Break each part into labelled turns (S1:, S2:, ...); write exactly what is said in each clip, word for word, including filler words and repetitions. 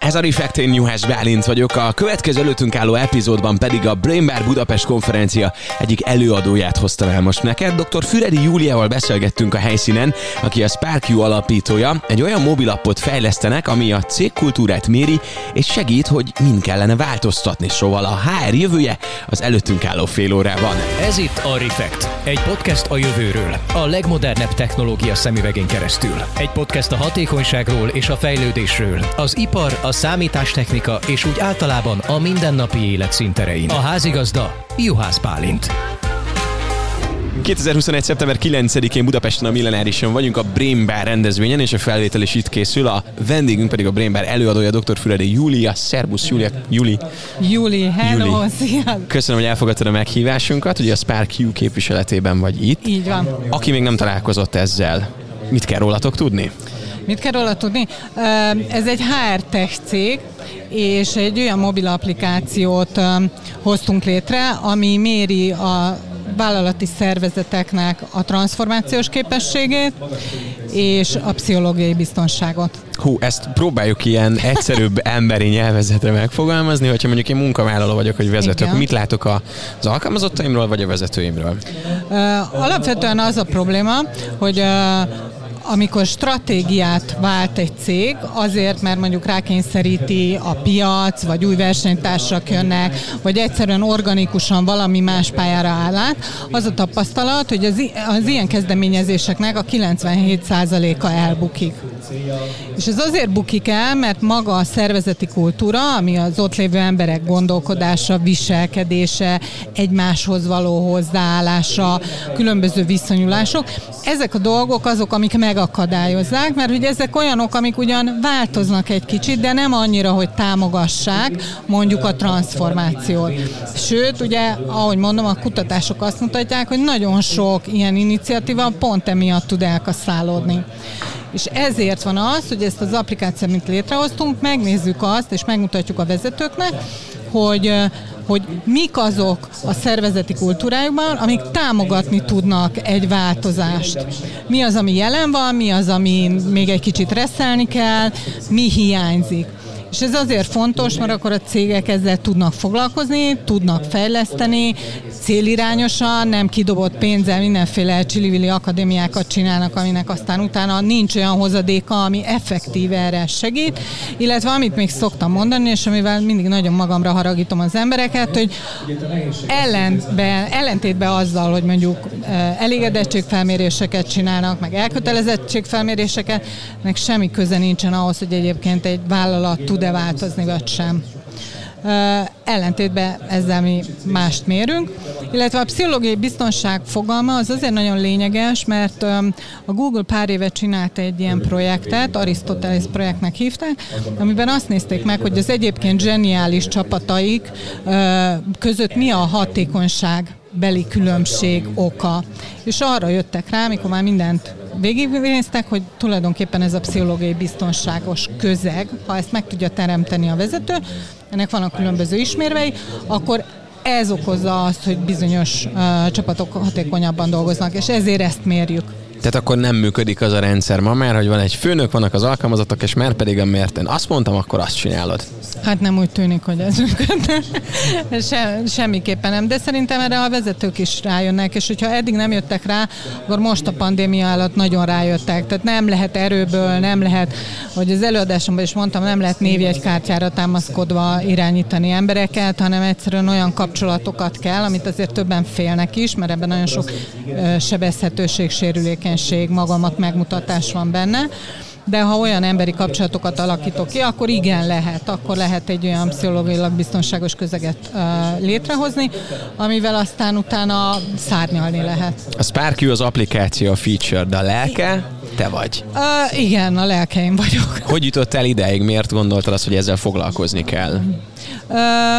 S1: Ez a Refekt, én Juhász Bálint vagyok, a következő előttünk álló epizódban pedig a Brainbar Budapest konferencia egyik előadóját hoztam el most neked. doktor Füredi Júliával beszélgettünk a helyszínen, aki a SparkU alapítója. Egy olyan mobilappot fejlesztenek, ami a cégkultúrát méri, és segít, hogy mind kellene változtatni. Szóval a há er jövője az előttünk álló fél órában.
S2: Ez itt a Refekt, egy podcast a jövőről, a legmodernebb technológia szemüvegén keresztül. Egy podcast a hatékonyságról és a fejlődésről, az ipar, a számítástechnika és úgy általában a mindennapi élet színterein. A házigazda Juhász Bálint.
S1: kétezer-huszonegy. szeptember kilencedikén Budapesten a Millenárison vagyunk a Brainbar rendezvényen, és a felvétel is itt készül. A vendégünk pedig a Brainbar előadója, doktor Füredi Júlia. Szerbusz, Júlia. Júli.
S3: Júli, hello, szia!
S1: Köszönöm, hogy elfogadtad a meghívásunkat, ugye a SparkU képviseletében vagy itt.
S3: Így van.
S1: Aki még nem találkozott ezzel, mit kell rólatok tudni?
S3: Mit kell róla tudni? Ez egy há er tech cég, és egy olyan mobil applikációt hoztunk létre, ami méri a vállalati szervezeteknek a transformációs képességét és a pszichológiai biztonságot.
S1: Hú, ezt próbáljuk ilyen egyszerűbb emberi nyelvezetre megfogalmazni, hogyha mondjuk én munkavállaló vagyok, hogy vezetők. Igen. Mit látok az alkalmazottaimról, vagy a vezetőimről?
S3: Alapvetően az a probléma, hogy amikor stratégiát vált egy cég, azért, mert mondjuk rákényszeríti a piac, vagy új versenytársak jönnek, vagy egyszerűen organikusan valami más pályára áll át, az a tapasztalat, hogy az, az ilyen kezdeményezéseknek a kilencvenhét százaléka elbukik. És ez azért bukik el, mert maga a szervezeti kultúra, ami az ott lévő emberek gondolkodása, viselkedése, egymáshoz való hozzáállása, különböző viszonyulások, ezek a dolgok azok, amik megakadályozzák, mert ugye ezek olyanok, amik ugyan változnak egy kicsit, de nem annyira, hogy támogassák mondjuk a transformációt. Sőt, ugye, ahogy mondom, a kutatások azt mutatják, hogy nagyon sok ilyen iniciatíva pont emiatt tud elkaszálódni. És ezért van az, hogy ezt az applikációt, amit létrehoztunk, megnézzük azt, és megmutatjuk a vezetőknek, hogy, hogy mik azok a szervezeti kultúrájukban, amik támogatni tudnak egy változást. Mi az, ami jelen van, mi az, ami még egy kicsit reszelni kell, mi hiányzik. És ez azért fontos, mert akkor a cégek ezzel tudnak foglalkozni, tudnak fejleszteni, célirányosan, nem kidobott pénzzel mindenféle csili-vili akadémiákat csinálnak, aminek aztán utána nincs olyan hozadéka, ami effektív erre segít. Illetve amit még szoktam mondani, és amivel mindig nagyon magamra haragítom az embereket, hogy ellenben, ellentétben azzal, hogy mondjuk elégedettségfelméréseket csinálnak, meg elkötelezettségfelméréseket, meg semmi köze nincsen ahhoz, hogy egyébként egy vállalat tud-e változni, vagy sem. Uh, ellentétben ezzel mi mást mérünk, illetve a pszichológiai biztonság fogalma az azért nagyon lényeges, mert um, a Google pár éve csinált egy ilyen projektet, Aristoteles projektnek hívták, amiben azt nézték meg, hogy az egyébként zseniális csapataik uh, között mi a hatékonyság beli különbség oka. És arra jöttek rá, amikor már mindent végignéztek, hogy tulajdonképpen ez a pszichológiai biztonságos közeg, ha ezt meg tudja teremteni a vezető, ennek vannak különböző ismérvei, akkor ez okozza azt, hogy bizonyos uh, csapatok hatékonyabban dolgoznak, és ezért ezt mérjük.
S1: Tehát akkor nem működik az a rendszer ma már, hogy van egy főnök, vannak az alkalmazottak, és már pedig amiért én azt mondtam, akkor azt csinálod.
S3: Hát nem úgy tűnik, hogy ez működne. Se, semmiképpen nem, de szerintem erre a vezetők is rájönnek, és hogyha eddig nem jöttek rá, akkor most a pandémia alatt nagyon rájöttek. Tehát nem lehet erőből, nem lehet, hogy az előadásomban is mondtam, nem lehet névjegykártyára támaszkodva irányítani embereket, hanem egyszerűen olyan kapcsolatokat kell, amit azért többen félnek is, mert ebben nagyon sok ö, sebezhetőség, sérülékenység, magamat megmutatás van benne. De ha olyan emberi kapcsolatokat alakítok ki, akkor igen lehet, akkor lehet egy olyan pszichológiailag biztonságos közeget uh, létrehozni, amivel aztán utána szárnyalni lehet.
S1: A SparkU az applikáció, a feature, de a lelke te vagy.
S3: Uh, igen, a lelkeim vagyok.
S1: Hogy jutottál ideig? Miért gondoltad azt, hogy ezzel foglalkozni kell?
S3: Uh,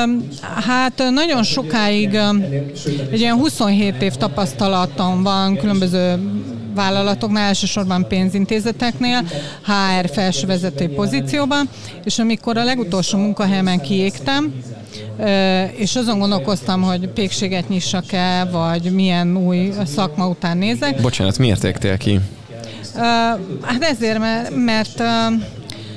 S3: hát nagyon sokáig, egy olyan huszonhét év tapasztalatom van különböző vállalatoknál, elsősorban pénzintézeteknél, há er felsővezetői pozícióban, és amikor a legutolsó munkahelyemen kiégtem, és azon gondolkoztam, hogy pékséget nyissak-e, vagy milyen új szakma után nézek.
S1: Bocsánat, miért égtél ki?
S3: Hát ezért, mert, mert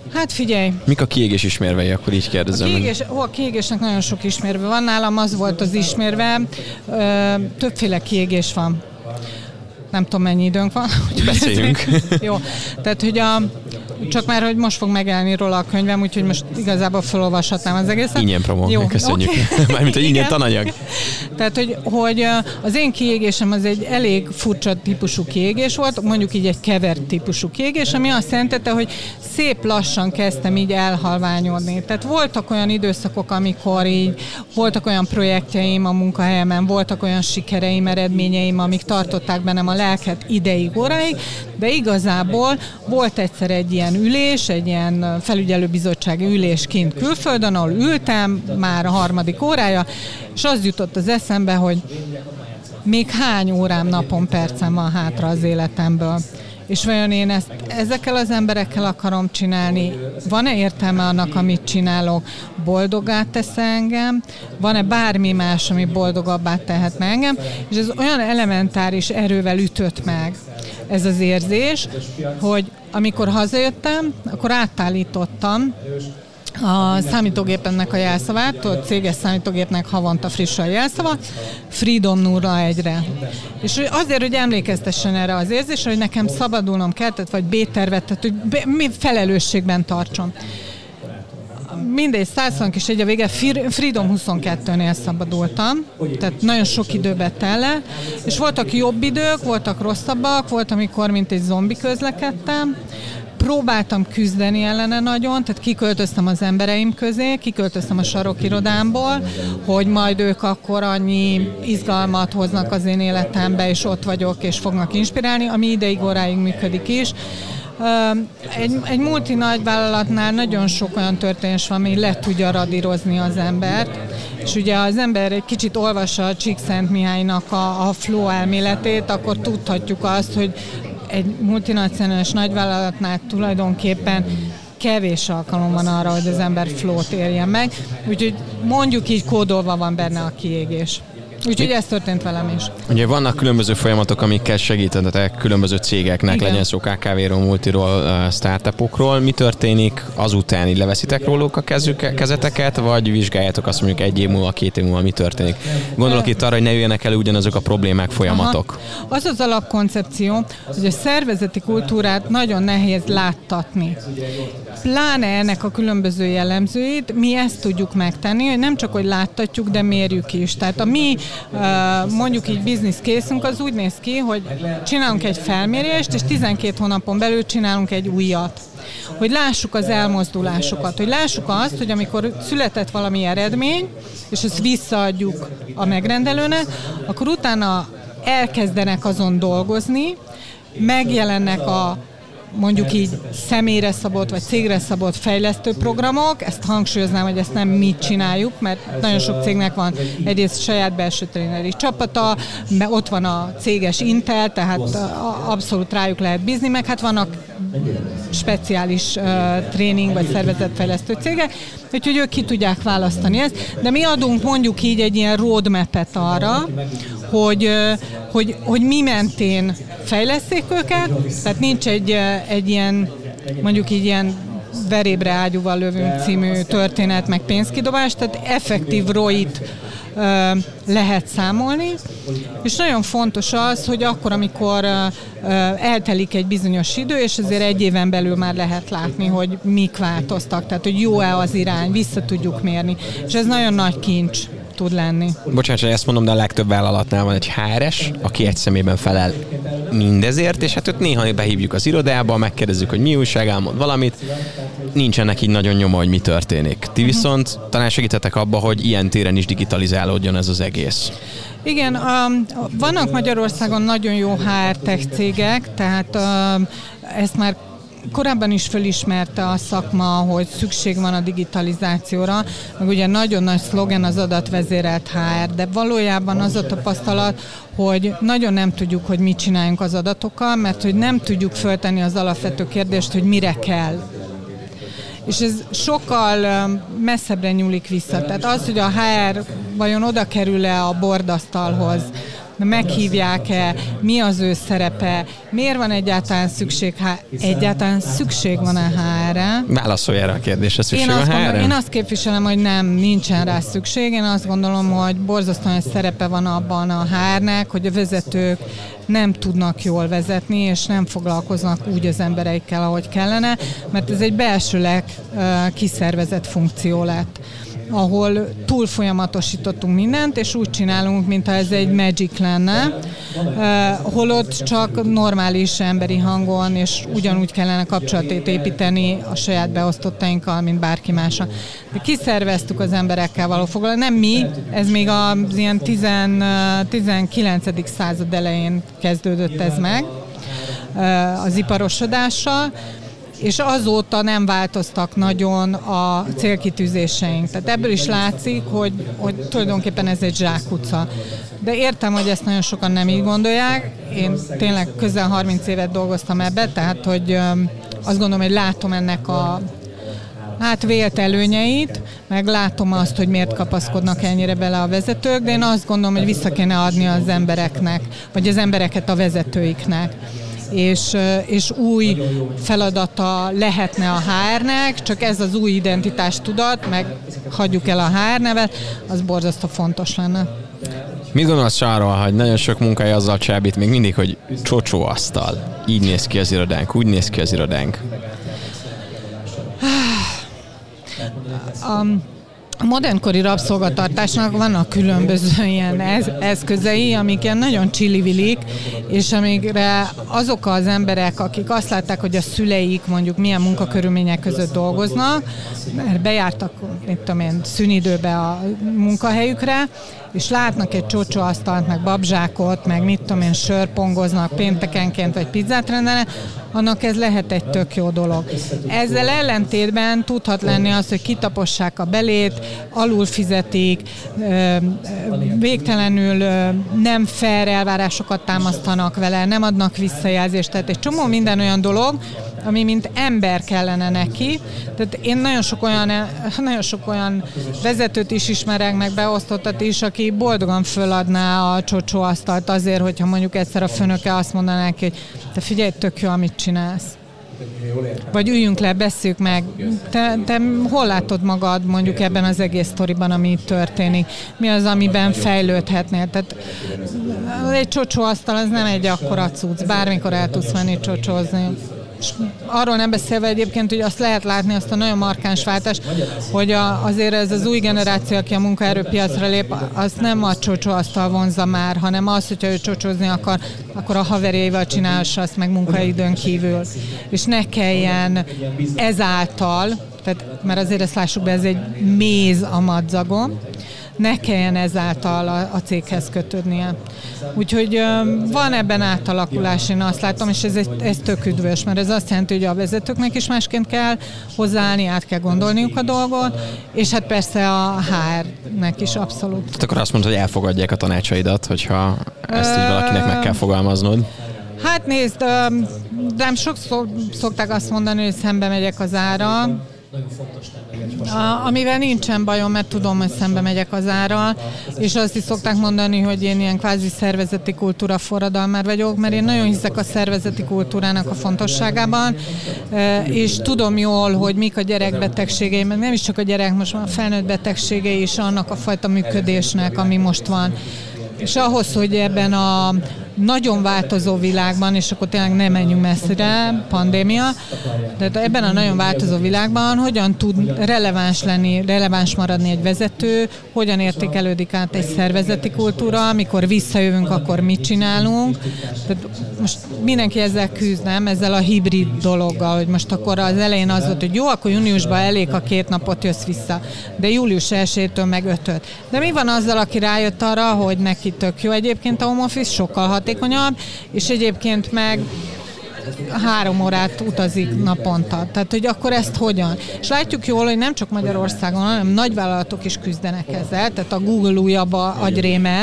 S3: Hát figyelj.
S1: Mik a kiégés ismérvei, akkor így kérdezem.
S3: A, kiégés, ó, a kiégésnek nagyon sok ismérve van. Nálam az volt az ismérve, ö, többféle kiégés van. Nem tudom, mennyi időnk van.
S1: Beszéljünk.
S3: Jó, tehát hogy a, csak már, hogy most fog megjelenni róla a könyvem, úgyhogy most igazából felolvashatnám az egészet.
S1: Ingyen promó, jó, köszönjük. Okay. Mármint, hogy ingyen tananyag.
S3: Tehát, hogy, hogy az én kiégésem az egy elég furcsa típusú kiégés volt, mondjuk így egy kevert típusú kiégés, ami azt jelentette, hogy szép lassan kezdtem így elhalványodni. Tehát voltak olyan időszakok, amikor így voltak olyan projektjeim a munkahelyemen, voltak olyan sikereim, eredményeim, amik tartották bennem a lelket ideig, óráig, de igazából volt egyszer egy ilyen ülés, egy ilyen felügyelőbizottsági ülés kint külföldön, ahol ültem, már a harmadik órája, és az jutott az eszembe, hogy még hány órám, napon, percem van hátra az életemből. És vajon én ezt ezekkel az emberekkel akarom csinálni? Van-e értelme annak, amit csinálok? Boldoggá tesz engem? Van-e bármi más, ami boldogabbá tehetne engem? És ez olyan elementáris erővel ütött meg ez az érzés, hogy amikor hazajöttem, akkor átállítottam a számítógépemnek a jelszavát, a céges számítógépnek havonta friss a jelszava, Freedom nulla egyre. És azért, hogy emlékeztessen erre az érzésre, hogy nekem szabadulnom kell, tehát vagy B-tervet, tehát hogy mi felelősségben tartson. Mindegy, százszor is egy a vége, Freedom huszonkettőnél szabadultam, tehát nagyon sok időbe tele, és voltak jobb idők, voltak rosszabbak, volt, amikor mint egy zombi közlekedtem, próbáltam küzdeni ellene nagyon, tehát kiköltöztem az embereim közé, kiköltöztem a sarokirodámból, hogy majd ők akkor annyi izgalmat hoznak az én életembe, és ott vagyok, és fognak inspirálni, ami ideig óráig működik is. Egy, egy multi nagyvállalatnál nagyon sok olyan történés van, ami le tudja radírozni az embert, és ugye az ember egy kicsit olvassa a Csíkszentmihálynak a, a flow elméletét, akkor tudhatjuk azt, hogy egy multinacionális nagyvállalatnál tulajdonképpen kevés alkalom van arra, hogy az ember flow-t érjen meg, úgyhogy mondjuk így kódolva van benne a kiégés. Úgyhogy ez történt velem is.
S1: Ugye vannak különböző folyamatok, amikkel segítetek különböző cégeknek, igen, legyen szó ká ká vé-ról, multiról, startupokról. Mi történik azután? Így leveszitek róluk a kezük, kezeteket, vagy vizsgáljátok azt mondjuk egy év múlva, két év múlva mi történik? Gondolok itt arra, hogy ne jöjjenek elő ugyanazok a problémák, folyamatok.
S3: Aha. Az az alapkoncepció, hogy a szervezeti kultúrát nagyon nehéz láttatni. Pláne ennek a különböző jellemzőit, mi ezt tudjuk megtenni, hogy nem csak, hogy láttatjuk, de mérjük is. Tehát a mi mondjuk így business case-ünk az úgy néz ki, hogy csinálunk egy felmérést, és tizenkét hónapon belül csinálunk egy újat. Hogy lássuk az elmozdulásokat, hogy lássuk azt, hogy amikor született valami eredmény, és ezt visszaadjuk a megrendelőnek, akkor utána elkezdenek azon dolgozni, megjelennek a mondjuk így személyre szabott, vagy cégre szabott fejlesztő programok, ezt hangsúlyoznám, hogy ezt nem mi csináljuk, mert nagyon sok cégnek van egyrészt saját belső tréneri csapata, mert ott van a céges Intel, tehát abszolút rájuk lehet bízni, meg hát vannak speciális uh, tréning vagy szervezetfejlesztő cégek, úgyhogy ők ki tudják választani ezt, de mi adunk mondjuk így egy ilyen roadmap-et arra, hogy, uh, hogy, hogy mi mentén fejleszték őket, tehát nincs egy, egy ilyen, mondjuk így ilyen verébre ágyúval lövünk című történet, meg pénzkidobás, tehát effektív er o i-t ö, lehet számolni, és nagyon fontos az, hogy akkor, amikor ö, eltelik egy bizonyos idő, és azért egy éven belül már lehet látni, hogy mik változtak, tehát hogy jó-e az irány, vissza tudjuk mérni, és ez nagyon nagy kincs tud lenni.
S1: Bocsánat, hogy ezt mondom, de a legtöbb vállalatnál van egy há er es, aki egy személyben felel mindezért, és hát őt néha behívjuk az irodába, megkérdezzük, hogy mi újság, elmond valamit, nincsenek így nagyon nyoma, hogy mi történik. Ti viszont talán segítetek abba, hogy ilyen téren is digitalizálódjon ez az egész.
S3: Igen, um, vannak Magyarországon nagyon jó há er tech cégek, tehát um, ezt már korábban is felismerte a szakma, hogy szükség van a digitalizációra, meg ugye nagyon nagy szlogen az adatvezérelt há er, de valójában az a tapasztalat, hogy nagyon nem tudjuk, hogy mit csináljunk az adatokkal, mert hogy nem tudjuk föltenni az alapvető kérdést, hogy mire kell. És ez sokkal messzebbre nyúlik vissza. Tehát az, hogy a há er vajon oda kerül-e a bordasztalhoz, meghívják-e, mi az ő szerepe, miért van egyáltalán szükség, há- egyáltalán szükség van a há er-re?
S1: Válaszolj erre a kérdésre, szükség
S3: én
S1: van
S3: azt,
S1: há er-re?
S3: gondolom, én azt képviselem, hogy nem, nincsen rá szükség. Én azt gondolom, hogy borzasztóan egy szerepe van abban a há er-nek, hogy a vezetők nem tudnak jól vezetni, és nem foglalkoznak úgy az embereikkel, ahogy kellene, mert ez egy belsőleg uh, kiszervezett funkció lett, ahol túl folyamatosítottunk mindent, és úgy csinálunk, mintha ez egy magic lenne, uh, holott csak normális emberi hangon, és ugyanúgy kellene kapcsolatot építeni a saját beosztottainkkal, mint bárki másra. De kiszerveztük az emberekkel való foglalkozást, nem mi, ez még az ilyen tizenkilencedik század elején kezdődött ez meg, uh, az iparosodással, és azóta nem változtak nagyon a célkitűzéseink. Tehát ebből is látszik, hogy, hogy tulajdonképpen ez egy zsákutca. De értem, hogy ezt nagyon sokan nem így gondolják. Én tényleg közel harminc évet dolgoztam ebbe, tehát hogy azt gondolom, hogy látom ennek a hát vélt előnyeit, meg látom azt, hogy miért kapaszkodnak ennyire bele a vezetők, de én azt gondolom, hogy vissza kéne adni az embereknek, vagy az embereket a vezetőiknek. És, és új feladata lehetne a há er-nek, csak ez az új identitástudat, meg hagyjuk el a há er nevet, az borzasztó fontos lenne.
S1: Mit gondolsz arról, hogy nagyon sok munkája azzal csábít még mindig, hogy csocsóasztal. Így néz ki az irodánk, úgy néz ki az irodánk.
S3: Um, A modernkori rabszolgatartásnak vannak különböző ilyen eszközei, amik ilyen nagyon csilivilik, és amikre azok az emberek, akik azt látták, hogy a szüleik mondjuk milyen munkakörülmények között dolgoznak, mert bejártak, mit tudom én, szünidőbe a munkahelyükre, és látnak egy csocsóasztalt, meg babzsákot, meg mit tudom én, sörpongoznak péntekenként, vagy pizzát rendelnek, annak ez lehet egy tök jó dolog. Ezzel ellentétben tudhat lenni az, hogy kitapossák a belét, alul fizetik, végtelenül nem fair elvárásokat támasztanak vele, nem adnak visszajelzést, tehát egy csomó minden olyan dolog, ami mint ember kellene neki. Tehát én nagyon sok olyan, nagyon sok olyan vezetőt is ismerek, meg beosztottat is, aki boldogan föladná a csocsóasztalt azért, hogyha mondjuk egyszer a főnöke azt mondaná neki, hogy te figyelj, tök jó, amit csinálsz. Vagy üljünk le, beszéljük meg. Te, te hol látod magad mondjuk ebben az egész sztoriban, ami itt történik? Mi az, amiben fejlődhetnél? Tehát egy csocsóasztal az nem egy akkora cucc, bármikor el tudsz menni csocsózni. És arról nem beszélve egyébként, hogy azt lehet látni, azt a nagyon markáns váltást, hogy a, azért ez az új generáció, aki a munkaerőpiacra lép, az nem a csocsóasztal vonza már, hanem az, hogyha ő csocsózni akar, akkor a haverjaival csinálhassa azt meg munkaidőn kívül. És ne kelljen ezáltal, tehát, mert azért ezt lássuk be, ez egy méz a madzagon, ne kelljen ezáltal a, a céghez kötődnie. Úgyhogy van ebben átalakulás, én azt látom, és ez, ez tök üdvös, mert ez azt jelenti, hogy a vezetőknek is másként kell hozzáállni, át kell gondolniuk a dolgot, és hát persze a há er-nek is abszolút.
S1: Tehát akkor azt mondod, hogy elfogadják a tanácsaidat, hogyha ezt így valakinek meg kell fogalmaznod?
S3: Hát nézd, nem sokszor szokták azt mondani, hogy szembe megyek az árral, A, amivel nincsen bajom, mert tudom, hogy szembe megyek az árral, és azt is szokták mondani, hogy én ilyen kvázi szervezeti kultúra forradalmár vagyok, mert én nagyon hiszek a szervezeti kultúrának a fontosságában, és tudom jól, hogy mik a gyerekbetegségei, mert nem is csak a gyerek, most már a felnőtt betegségei is annak a fajta működésnek, ami most van. És ahhoz, hogy ebben a nagyon változó világban, és akkor tényleg nem menjünk messzire, pandémia, de ebben a nagyon változó világban hogyan tud releváns lenni, releváns maradni egy vezető, hogyan értékelődik át egy szervezeti kultúra, amikor visszajövünk, akkor mit csinálunk. Tehát most mindenki ezzel küzd, nem? Ezzel a hibrid dologgal, hogy most akkor az elején az volt, hogy jó, akkor júniusban elég, ha két napot jössz vissza, de július elsejétől meg ötöt. De mi van azzal, aki rájött arra, hogy neki tök jó egyébként a home office, sokkal hatékonyabb, és egyébként meg három órát utazik naponta. Tehát, hogy akkor ezt hogyan? És látjuk jól, hogy nem csak Magyarországon, hanem nagyvállalatok is küzdenek ezzel, tehát a Google újabb agyréme,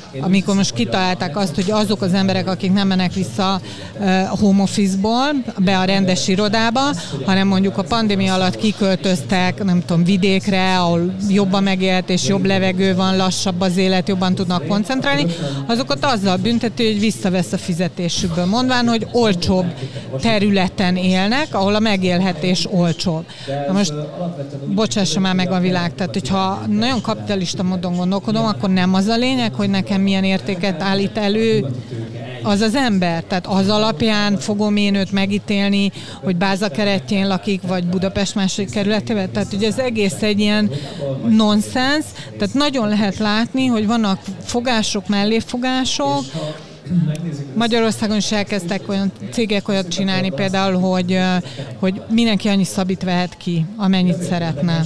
S3: amikor most kitalálták azt, hogy azok az emberek, akik nem mennek vissza uh, home office-ból be a rendes irodába, hanem mondjuk a pandémia alatt kiköltöztek, nem tudom, vidékre, ahol jobban megélt és jobb levegő van, lassabb az élet, jobban tudnak koncentrálni, azokat azzal bünteti, hogy visszavesz a fizetésükből, mondván, hogy olcsóbb területen élnek, ahol a megélhetés olcsóbb. Na most bocsássa már meg a világ, tehát hogyha nagyon kapitalista módon gondolkodom, akkor nem az a lényeg, hogy nekem milyen értéket állít elő az az ember. Tehát az alapján fogom én őt megítélni, hogy Báza keretjén lakik, vagy Budapest második kerületében. Tehát ugye az egész egy ilyen nonsens. Tehát nagyon lehet látni, hogy vannak fogások, melléfogások. Magyarországon is elkezdtek olyan cégek olyat csinálni például, hogy, hogy mindenki annyi szabit vehet ki, amennyit szeretne.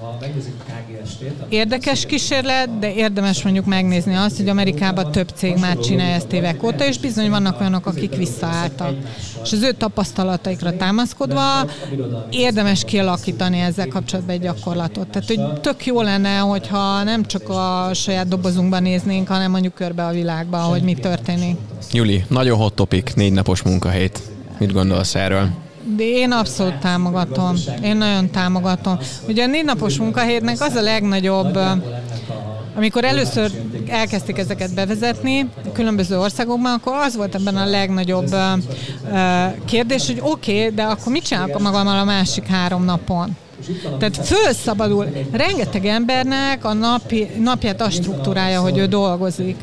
S3: Érdekes kísérlet, de érdemes mondjuk megnézni azt, hogy Amerikában több cég már csinálja ezt évek óta, és bizony vannak olyanok, akik visszaálltak. És az ő tapasztalataikra támaszkodva érdemes kialakítani ezzel kapcsolatban egy gyakorlatot. Tehát, hogy tök jó lenne, hogyha nem csak a saját dobozunkban néznénk, hanem mondjuk körbe a világba, hogy mi történik.
S1: Juli, nagyon hot topic, négy napos munkahét. Mit gondolsz erről?
S3: De én abszolút támogatom. Én nagyon támogatom. Ugye a négy napos munkahétnek az a legnagyobb, amikor először elkezdték ezeket bevezetni különböző országokban, akkor az volt ebben a legnagyobb kérdés, hogy oké, okay, de akkor mit csinálok magammal a másik három napon? Tehát fölszabadul. Rengeteg embernek a napi, napját azt struktúrája, hogy ő dolgozik.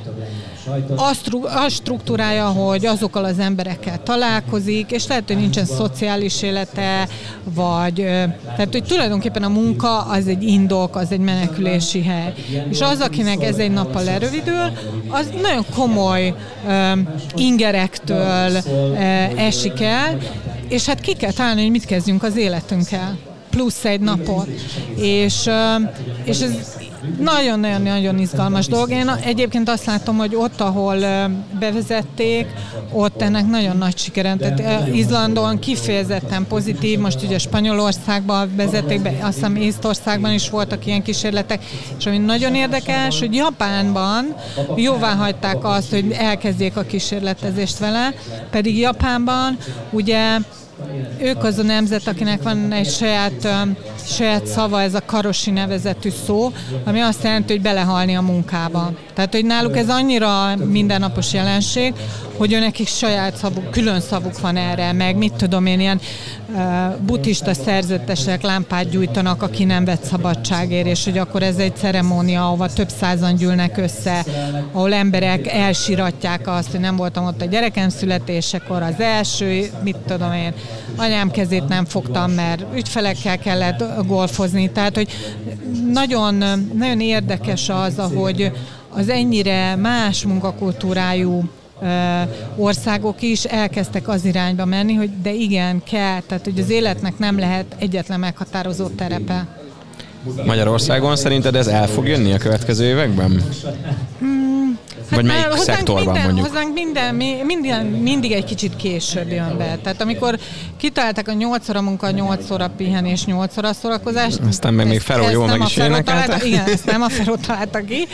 S3: Azt struktúrája, hogy azokkal az emberekkel találkozik, és lehet, hogy nincsen szociális élete, vagy tehát, hogy tulajdonképpen a munka az egy indok, az egy menekülési hely. És az, akinek ez egy nappal lerövidül, az nagyon komoly um, ingerektől uh, esik el, és hát ki kell találni, hogy mit kezdjünk az életünkkel. Plusz egy napot. És, uh, és ez nagyon-nagyon-nagyon izgalmas dolog. Én egyébként azt látom, hogy ott, ahol bevezették, ott ennek nagyon nagy sikeren. Tehát Izlandon kifejezetten pozitív, most ugye Spanyolországban vezették be, azt hiszem Észtországban is voltak ilyen kísérletek, és ami nagyon érdekes, hogy Japánban jóvá hagyták azt, hogy elkezdjék a kísérletezést vele, pedig Japánban ugye ők az a nemzet, akinek van egy saját, saját szava, ez a karoshi nevezetű szó, ami azt jelenti, hogy belehalni a munkába. Tehát, hogy náluk ez annyira mindennapos jelenség, hogy nekik saját szavuk, külön szavuk van erre, meg mit tudom én, ilyen uh, buddhista szerzetesek lámpát gyújtanak, aki nem vett szabadságért, és hogy akkor ez egy ceremónia, ahova több százan gyűlnek össze, ahol emberek elsiratják azt, hogy nem voltam ott a gyerekem születésekor, az első, mit tudom én, anyám kezét nem fogtam, mert ügyfelekkel kellett golfozni. Tehát, hogy nagyon, nagyon érdekes az, ahogy az ennyire más munkakultúrájú országok is elkezdtek az irányba menni, hogy de igen, kell, tehát hogy az életnek nem lehet egyetlen meghatározó terepe.
S1: Magyarországon szerinted ez el fog jönni a következő években?
S3: Hmm.
S1: Vagy melyik
S3: hát
S1: szektorban
S3: minden,
S1: mondjuk?
S3: Hozzánk minden, minden, mindig egy kicsit később jön be. Tehát amikor kitalálták a nyolc óra munka, nyolc óra pihenés, nyolc óra szórakozás.
S1: Aztán meg még Feró jól meg is énekelte.
S3: Igen, ezt nem a Feró találta ki.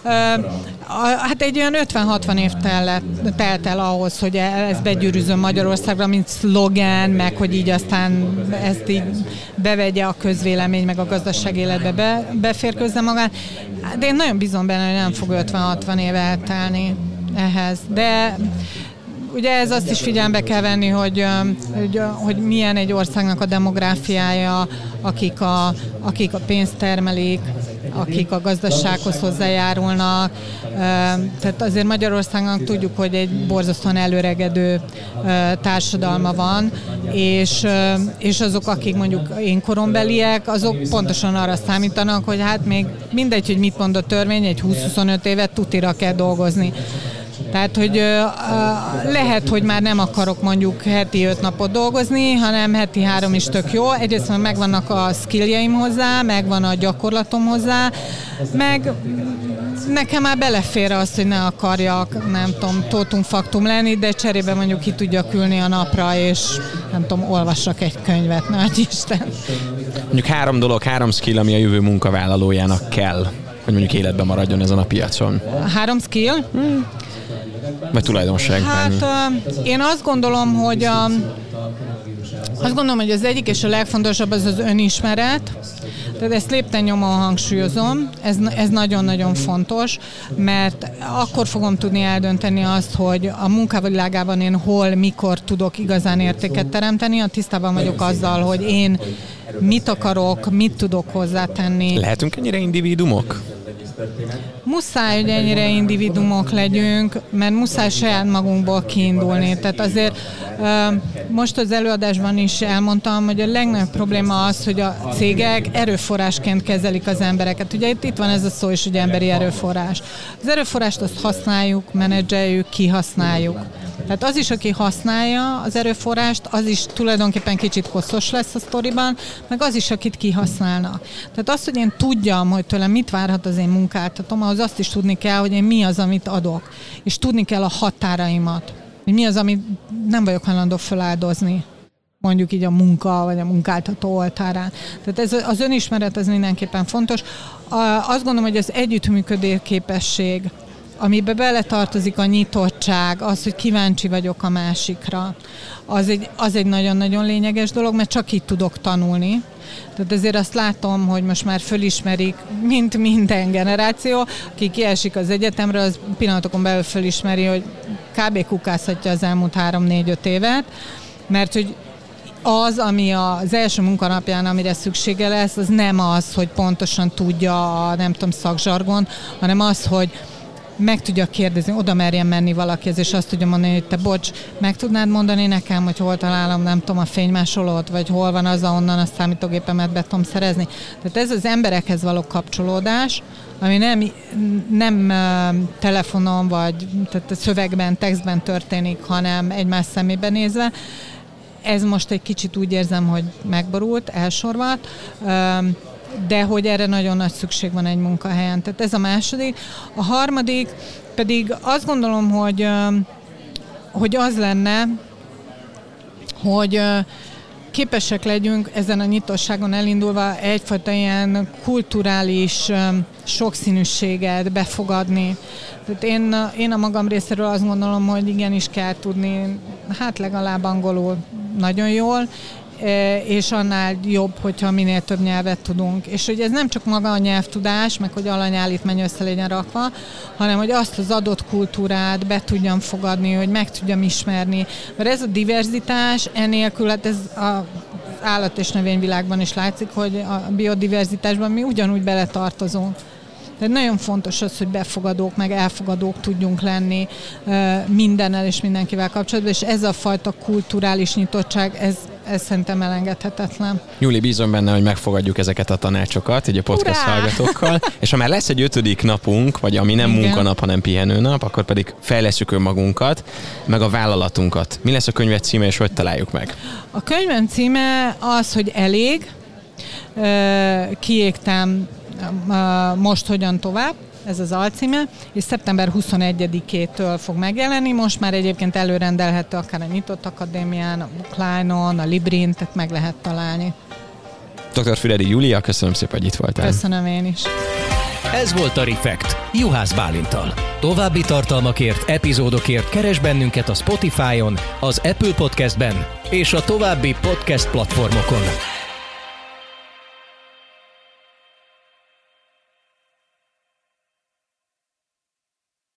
S3: Hát egy olyan ötven-hatvan év telt, telt el ahhoz, hogy ez begyűrűzön Magyarországra, mint szlogen, meg hogy így aztán ezt így bevegye a közvélemény, meg a gazdaság életbe be, beférkőzze magát. De én nagyon bízom benne, hogy nem fog ötven-hatvan év eltelni ehhez. De ugye ez azt is figyelembe kell venni, hogy, hogy, hogy milyen egy országnak a demográfiája, akik a, akik a pénzt termelik, akik a gazdasághoz hozzájárulnak. Tehát azért Magyarországnak tudjuk, hogy egy borzasztóan előregedő társadalma van, és, és azok, akik mondjuk én korombeliek, azok pontosan arra számítanak, hogy hát még mindegy, hogy mit mond a törvény, egy húsz-huszonöt évet tutira kell dolgozni. Tehát, hogy uh, lehet, hogy már nem akarok mondjuk heti öt napot dolgozni, hanem heti három is tök jó. Egyrészt megvannak a skilljeim hozzá, megvan a gyakorlatom hozzá, meg nekem már belefér az, hogy ne akarjak, nem tudom, tótum faktum lenni, de cserébe mondjuk ki tudjak ülni a napra, és nem tudom, olvassak egy könyvet, nagy Isten.
S1: Mondjuk három dolog, három skill, ami a jövő munkavállalójának kell, hogy mondjuk életben maradjon ezen a piacon?
S3: Három skill? Hmm.
S1: Vagy tulajdonság?
S3: Hát uh, én azt gondolom, hogy a, azt gondolom, hogy az egyik és a legfontosabb az az önismeret. Tehát ezt lépten-nyomon hangsúlyozom, ez, ez nagyon-nagyon fontos, mert akkor fogom tudni eldönteni azt, hogy a munkavilágában én hol, mikor tudok igazán értéket teremteni, a tisztában vagyok azzal, hogy én mit akarok, mit tudok hozzátenni.
S1: Lehetünk ennyire individumok?
S3: Muszáj, hogy ennyire individumok legyünk, mert muszáj saját magunkból kiindulni. Tehát azért most az előadásban is elmondtam, hogy a legnagyobb probléma az, hogy a cégek erőforrásként kezelik az embereket. Ugye itt, itt van ez a szó is, hogy emberi erőforrás. Az erőforrást azt használjuk, menedzseljük, kihasználjuk. Tehát az is, aki használja az erőforrást, az is tulajdonképpen kicsit hosszos lesz a sztoriban, meg az is, akit kihasználnak. Tehát az, hogy én tudjam, hogy tőlem mit várhat az én munkáltatom, ahhoz azt is tudni kell, hogy én mi az, amit adok. És tudni kell a határaimat. Hogy mi az, amit nem vagyok hajlandó feláldozni. Mondjuk így a munka, vagy a munkáltató oltárán. Tehát ez, az önismeret az mindenképpen fontos. Azt gondolom, hogy az együttműködő képesség, amiben beletartozik a nyitottság, az, hogy kíváncsi vagyok a másikra, az egy, az egy nagyon-nagyon lényeges dolog, mert csak így tudok tanulni. Tehát ezért azt látom, hogy most már fölismerik, mint minden generáció, aki kiesik az egyetemről, az pillanatokon belül fölismeri, hogy kb. Kukázhatja az elmúlt három-négy-öt évet, mert hogy az, ami az első munkanapján, amire szüksége lesz, az nem az, hogy pontosan tudja a, nem tudom, szakzsargon, hanem az, hogy meg tudja kérdezni, oda merjen menni valakihez, és azt tudja mondani, hogy te bocs, meg tudnád mondani nekem, hogy hol találom, nem tudom, a fénymásolót, vagy hol van az, ahonnan a számítógépemet be tudom szerezni. Tehát ez az emberekhez való kapcsolódás, ami nem, nem telefonon, vagy tehát szövegben, textben történik, hanem egymás szemébe nézve. Ez most egy kicsit úgy érzem, hogy megborult, elsorvadt, de hogy erre nagyon nagy szükség van egy munkahelyen. Tehát ez a második. A harmadik pedig azt gondolom, hogy, hogy az lenne, hogy képesek legyünk ezen a nyitosságon elindulva egyfajta ilyen kulturális sokszínűséget befogadni. Tehát én, én a magam részéről azt gondolom, hogy igenis kell tudni, hát legalább angolul nagyon jól, és annál jobb, hogyha minél több nyelvet tudunk. És hogy ez nem csak maga a nyelvtudás, meg hogy alanyállítmány össze legyen rakva, hanem hogy azt az adott kultúrát be tudjam fogadni, hogy meg tudjam ismerni. Mert ez a diverzitás, enélkül, hát ez a állat- és növényvilágban is látszik, hogy a biodiverzitásban mi ugyanúgy beletartozunk. Tehát nagyon fontos az, hogy befogadók, meg elfogadók tudjunk lenni mindennel és mindenkivel kapcsolatban, és ez a fajta kulturális nyitottság, ez, ez szerintem elengedhetetlen.
S1: Júli, bízom benne, hogy megfogadjuk ezeket a tanácsokat, így a podcast Urá! hallgatókkal, és ha már lesz egy ötödik napunk, vagy ami nem Igen. munkanap, hanem pihenőnap, akkor pedig fejlesztjük önmagunkat, meg a vállalatunkat. Mi lesz a könyved címe, és hogy találjuk meg?
S3: A könyvem címe az, hogy elég. Kiégtem most hogyan tovább, ez az alcíme, és szeptember huszonegyedikétől fog megjelenni, most már egyébként előrendelhető akár a Nyitott Akadémián, a Bookline-on, a Librin, tehát meg lehet találni.
S1: doktor Füredi Júlia, köszönöm szépen, hogy itt voltál.
S3: Köszönöm én is.
S2: Ez volt a Refekt Juhász Bálinttal. További tartalmakért, epizódokért keresd bennünket a Spotify-on, az Apple Podcastben és a további podcast platformokon.